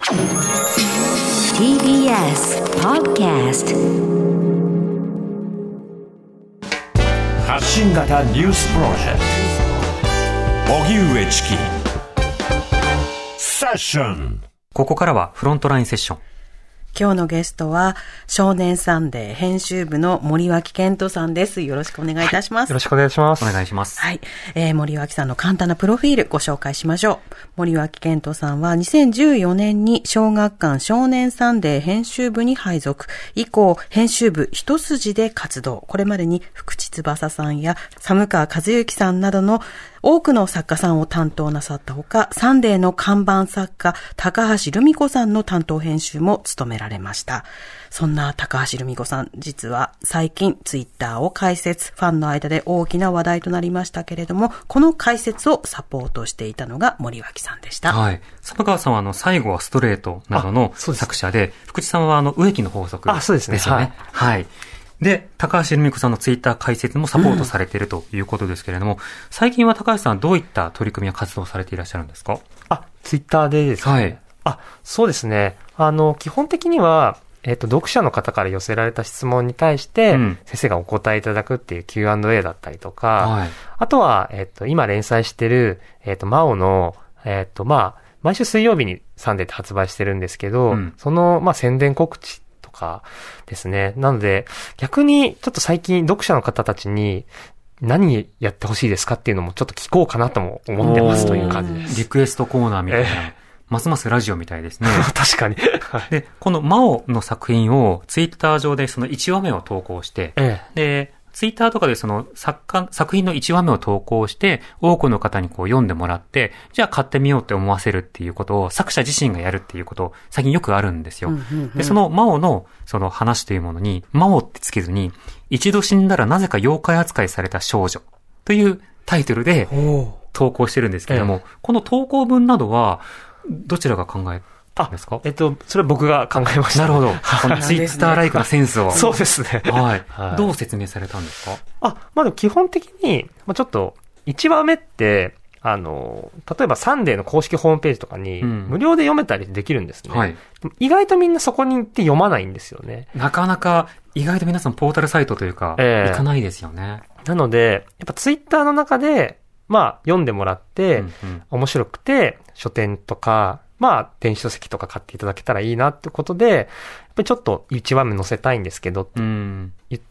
TBS Podcast 発信型ニュースプロジェクト荻上チキセッション。 ここからはフロントラインセッション。 今日のゲストは少年サンデー編集部の森脇健人さんです。よろしくお願いいたします。 よろしくお願いします。 お願いします。 はい、森脇さんの簡単なプロフィールご紹介しましょう。森脇健人さんは2014年に小学館少年サンデー編集部に配属。以降編集部一筋で活動。これまでに福地翼さんや寒川和之さんなどの多くの作家さんを担当なさったほか、サンデーの看板作家高橋留美子さんの担当編集も務められました。そんな高橋留美子さん、実は最近ツイッターを開設、ファンの間で大きな話題となりましたけれども、この開設をサポートしていたのが森脇さんでした。 はい。寒川さんは最後はストレートなどの作者で、福地さんは植木の法則ですよね。 そうですね。 はい。で、高橋留美子さんのツイッター開設もサポートされているということですけれども、最近は高橋さんはどういった取り組みや活動をされていらっしゃるんですか？ ツイッターでですね。はい。そうですね。基本的には、読者の方から寄せられた質問に対して、先生がお答えいただくっていう Q&A だったりとか、あとは、今連載してる、マオの、毎週水曜日にサンデーって発売してるんですけど、その、宣伝告知とかですね。なので、逆にちょっと最近読者の方たちに何やってほしいですかっていうのもちょっと聞こうかなとも思ってますという感じです。 リクエストコーナーみたいな。ますますラジオみたいですね。 確かに。 で、このマオの作品をツイッター上でその1話目を投稿して、で、ツイッターとかでその作品の1話目を投稿して、多くの方に読んでもらって、じゃあ買ってみようって思わせるっていうことを作者自身がやるっていうことを最近よくあるんですよ。で、そのマオのその話というものに、マオってつけずに、一度死んだらなぜか妖怪扱いされた少女というタイトルで投稿してるんですけれども、この投稿文などは、どちらが考えたんですか？ それは僕が考えました。 なるほど。このツイッターライクなセンスを。 そうですね。 はい。どう説明されたんですか？ でも基本的に、ちょっと、1話目って、例えばサンデーの公式ホームページとかに、無料で読めたりできるんですね。意外とみんなそこに行って読まないんですよね。 なかなか、意外と皆さんポータルサイトというか、行かないですよね。 なので、やっぱツイッターの中で、読んでもらって、面白くて、書店とか、電子書籍とか買っていただけたらいいなってことで、やっぱりちょっと1話目載せたいんですけどって言って、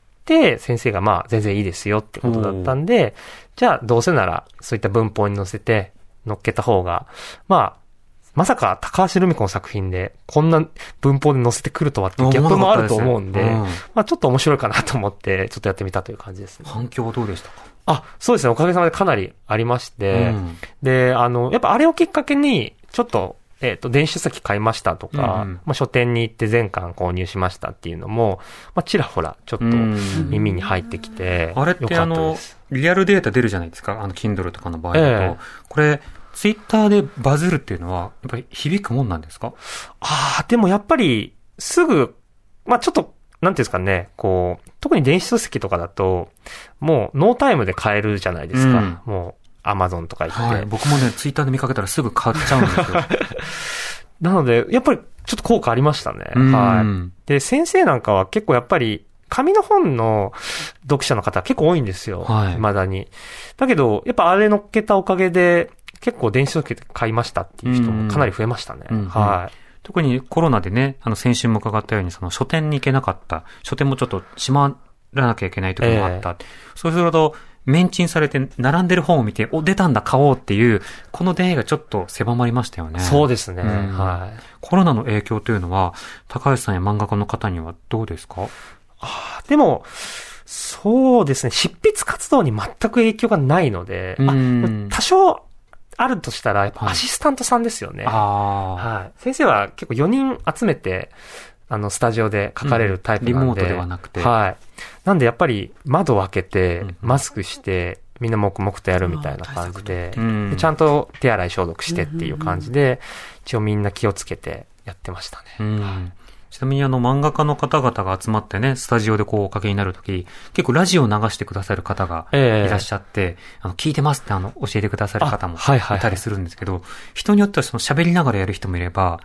先生が全然いいですよってことだったんで、じゃあどうせならそういった文法に載せて載っけた方が、まさか高橋留美子の作品でこんな文法で載せてくるとはっていうギャップもあると思うんで、ちょっと面白いかなと思ってちょっとやってみたという感じですね。 反響はどうでしたか？ そうですね。おかげさまでかなりありまして、で、やっぱあれをきっかけに、ちょっと、電子書籍買いましたとか、書店に行って全巻購入しましたっていうのも、ちらほら、ちょっと耳に入ってきて、 あれってリアルデータ出るじゃないですか。Kindle とかの場合だと。これ、ツイッターでバズるっていうのは、やっぱり響くもんなんですか？ でもやっぱり、すぐ、ちょっと、なんていうんですかね、特に電子書籍とかだと、もうノータイムで買えるじゃないですか。もう、アマゾンとか行って。 僕もね、ツイッターで見かけたらすぐ買っちゃうんですよ。 なので、やっぱりちょっと効果ありましたね。で、先生なんかは結構やっぱり、紙の本の読者の方結構多いんですよ。未だに。だけど、やっぱあれ乗っけたおかげで、結構電子書籍買いましたっていう人もかなり増えましたね。 特にコロナでね、先週も伺ったように、その書店に行けなかった、書店もちょっと閉まらなきゃいけない時もあった。そうすると、メンチンされて並んでる本を見て、出たんだ、買おうっていう、この出会いがちょっと狭まりましたよね。 そうですね。 コロナの影響というのは、高橋さんや漫画家の方にはどうですか？ でも、そうですね、執筆活動に全く影響がないので、多少、あるとしたら、やっぱアシスタントさんですよね。先生は結構4人集めて、スタジオで書かれるタイプなんで、 リモートではなくて。 なんでやっぱり窓を開けて、マスクして、みんな黙々とやるみたいな感じで、ちゃんと手洗い消毒してっていう感じで、一応みんな気をつけてやってましたね。 ちなみに漫画家の方々が集まってね、スタジオでおかけになるとき、結構ラジオを流してくださる方がいらっしゃって、聞いてますって教えてくださる方もいたりするんですけど、人によっては喋りながらやる人もいれば、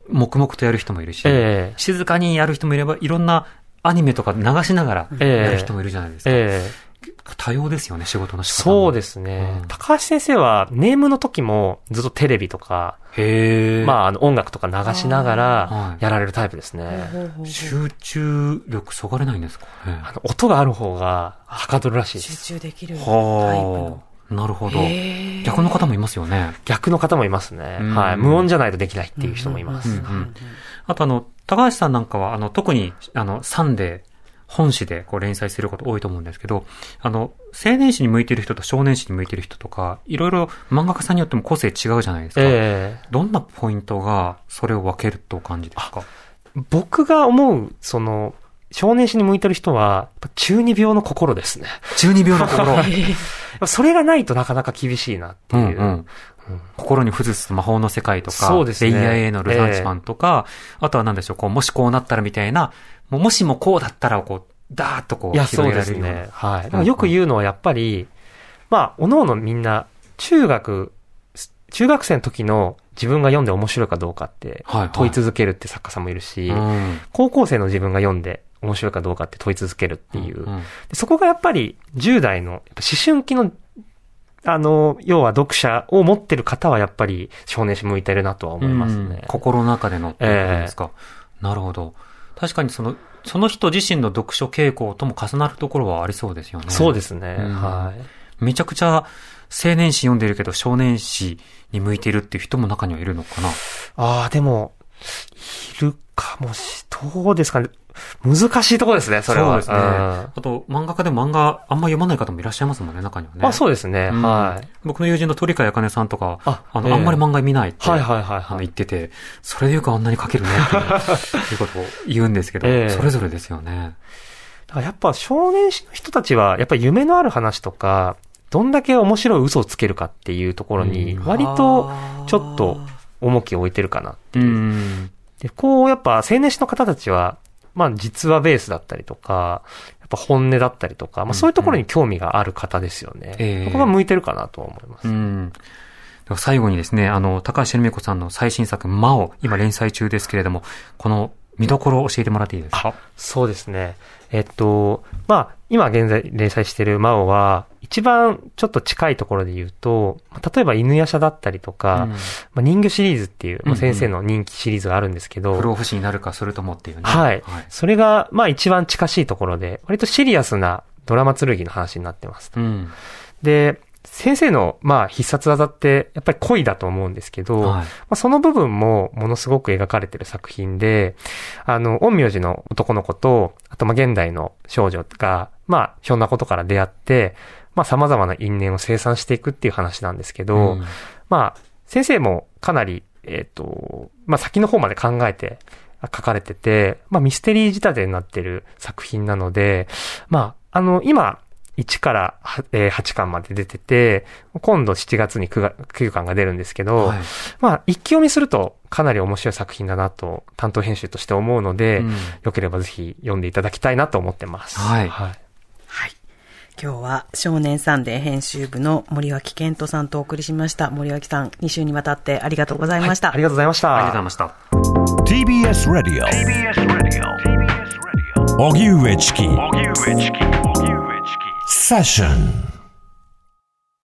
黙々とやる人もいるし、静かにやる人もいれば、いろんなアニメとか流しながらやる人もいるじゃないですか。多様ですよね、仕事の仕方も。 そうですね。高橋先生は、ネームの時もずっとテレビとか、音楽とか流しながらやられるタイプですね。 集中力そがれないんですかね。 音がある方がはかどるらしいです。 集中できるタイプの。 なるほど。逆の方もいますよね。 逆の方もいますね。はい。無音じゃないとできないっていう人もいます。 あと高橋さんなんかは、特に、サンデー、本誌で連載すること多いと思うんですけど、青年誌に向いてる人と少年誌に向いてる人とか、いろいろ漫画家さんによっても個性違うじゃないですか。どんなポイントがそれを分けるとお感じですか？ 僕が思う、少年誌に向いてる人は、中二病の心ですね。 中二病の心。 それがないとなかなか厳しいなっていう。 心に付ずつ魔法の世界とか、 そうですね。 レイヤー A のルサンチマンとか、あとは何でしょう、もしこうなったらみたいな、もしもこうだったら、ダーッと広げられるような。いや、そうですね。はい。よく言うのはやっぱり、各々みんな、中学生の時の自分が読んで面白いかどうかって問い続けるって作家さんもいるし、高校生の自分が読んで面白いかどうかって問い続けるっていう。そこがやっぱり10代の思春期の要は読者を持ってる方はやっぱり少年誌向いてるなとは思いますね。 心の中でのってことですか。なるほど。確かにその人自身の読書傾向とも重なるところはありそうですよね。 そうですね。はい。 めちゃくちゃ青年誌読んでるけど少年誌に向いているっていう人も中にはいるのかな。 でも、いるかもどうですかね。難しいところですね、それは。 そうですね。あと、漫画家でも漫画あんま読まない方もいらっしゃいますもんね、中にはね。 そうですね。はい。 僕の友人の鳥飼茜さんとか、あんまり漫画見ないって言ってて、それでよくあんなに書けるねっていうことを言うんですけど、それぞれですよね。 だからやっぱ少年誌の人たちは、やっぱり夢のある話とか、どんだけ面白い嘘をつけるかっていうところに、割とちょっと重きを置いてるかなっていう。で、やっぱ青年誌の方たちは、実話ベースだったりとか、やっぱ本音だったりとか、そういうところに興味がある方ですよね。そこが向いてるかなと思います。 最後にですね、高橋留美子さんの最新作、魔を今連載中ですけれども、この見どころを教えてもらっていいですか？ そうですね。今現在連載している魔王は、一番ちょっと近いところで言うと、例えば犬夜叉だったりとか、人魚シリーズっていう、先生の人気シリーズがあるんですけど、 不老不死になるかそれともっていうね。 はい。それが、一番近しいところで、割とシリアスなドラマ剣の話になってます。で、先生の、必殺技って、やっぱり恋だと思うんですけど、その部分もものすごく描かれてる作品で、陰陽師の男の子と、あと、現代の少女が、ひょんなことから出会って、様々な因縁を清算していくっていう話なんですけど、先生もかなり、先の方まで考えて書かれてて、ミステリー仕立てになってる作品なので、今、1から8巻まで出てて、今度7月に9巻が出るんですけど、一気読みするとかなり面白い作品だなと担当編集として思うので、よければぜひ読んでいただきたいなと思ってます。 はい。今日は少年サンデー編集部の森脇健人さんとお送りしました。森脇さん、2週にわたってありがとうございました。 ありがとうございました。 ありがとうございました。 TBS Radio 荻上チキセッション